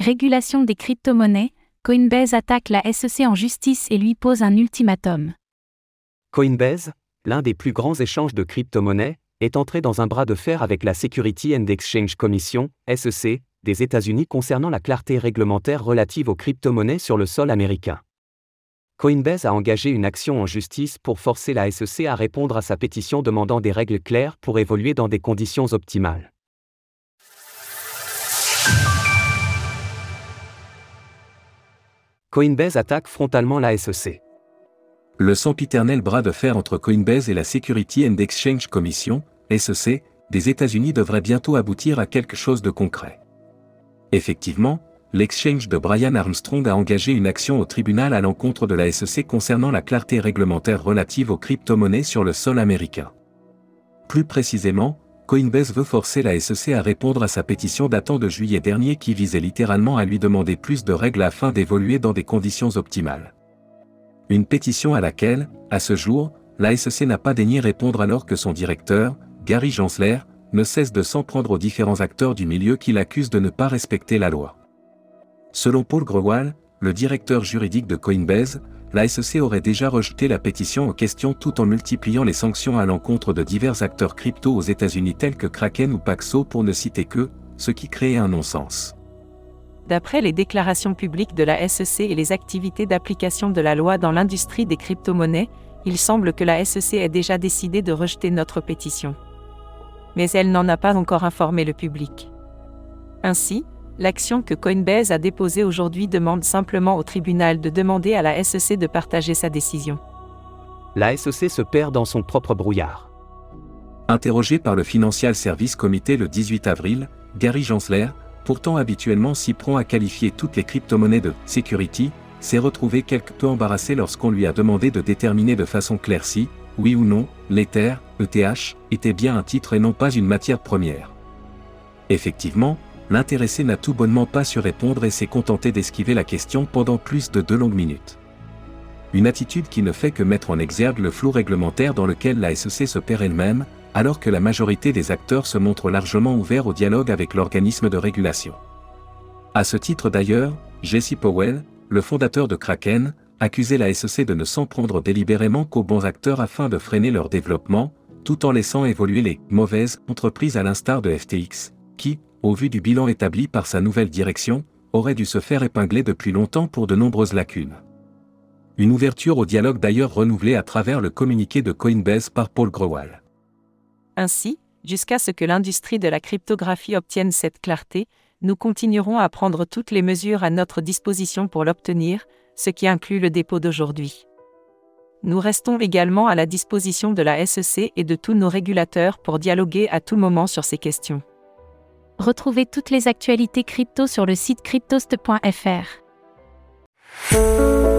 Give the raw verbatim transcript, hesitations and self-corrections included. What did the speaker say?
Régulation des crypto-monnaies, Coinbase attaque la S E C en justice et lui pose un ultimatum. Coinbase, l'un des plus grands échanges de crypto-monnaies, est entré dans un bras de fer avec la Security and Exchange Commission, S E C, des États-Unis concernant la clarté réglementaire relative aux crypto-monnaies sur le sol américain. Coinbase a engagé une action en justice pour forcer la S E C à répondre à sa pétition demandant des règles claires pour évoluer dans des conditions optimales. Coinbase attaque frontalement la S E C. Le sempiternel bras de fer entre Coinbase et la Security and Exchange Commission, S E C, des États-Unis devrait bientôt aboutir à quelque chose de concret. Effectivement, l'exchange de Brian Armstrong a engagé une action au tribunal à l'encontre de la S E C concernant la clarté réglementaire relative aux crypto-monnaies sur le sol américain. Plus précisément, Coinbase veut forcer la S E C à répondre à sa pétition datant de juillet dernier qui visait littéralement à lui demander plus de règles afin d'évoluer dans des conditions optimales. Une pétition à laquelle, à ce jour, la S E C n'a pas daigné répondre alors que son directeur, Gary Gensler, ne cesse de s'en prendre aux différents acteurs du milieu qui l'accusent de ne pas respecter la loi. Selon Paul Grewal, le directeur juridique de Coinbase, la S E C aurait déjà rejeté la pétition en question tout en multipliant les sanctions à l'encontre de divers acteurs crypto aux États-Unis tels que Kraken ou Paxos pour ne citer que, ce qui créait un non-sens. D'après les déclarations publiques de la S E C et les activités d'application de la loi dans l'industrie des crypto-monnaies, il semble que la S E C ait déjà décidé de rejeter notre pétition. Mais elle n'en a pas encore informé le public. Ainsi, l'action que Coinbase a déposée aujourd'hui demande simplement au tribunal de demander à la S E C de partager sa décision. La S E C se perd dans son propre brouillard. Interrogé par le Financial Services Committee le dix-huit avril, Gary Gensler, pourtant habituellement si prompt à qualifier toutes les crypto-monnaies de « security », s'est retrouvé quelque peu embarrassé lorsqu'on lui a demandé de déterminer de façon claire si, oui ou non, l'Ether, E T H, était bien un titre et non pas une matière première. Effectivement, l'intéressé n'a tout bonnement pas su répondre et s'est contenté d'esquiver la question pendant plus de deux longues minutes. Une attitude qui ne fait que mettre en exergue le flou réglementaire dans lequel la S E C se perd elle-même, alors que la majorité des acteurs se montrent largement ouverts au dialogue avec l'organisme de régulation. À ce titre d'ailleurs, Jesse Powell, le fondateur de Kraken, accusait la S E C de ne s'en prendre délibérément qu'aux bons acteurs afin de freiner leur développement, tout en laissant évoluer les « mauvaises » entreprises à l'instar de F T X, qui, au vu du bilan établi par sa nouvelle direction, aurait dû se faire épingler depuis longtemps pour de nombreuses lacunes. Une ouverture au dialogue d'ailleurs renouvelée à travers le communiqué de Coinbase par Paul Grewal. Ainsi, jusqu'à ce que l'industrie de la cryptographie obtienne cette clarté, nous continuerons à prendre toutes les mesures à notre disposition pour l'obtenir, ce qui inclut le dépôt d'aujourd'hui. Nous restons également à la disposition de la S E C et de tous nos régulateurs pour dialoguer à tout moment sur ces questions. Retrouvez toutes les actualités crypto sur le site cryptost point f r.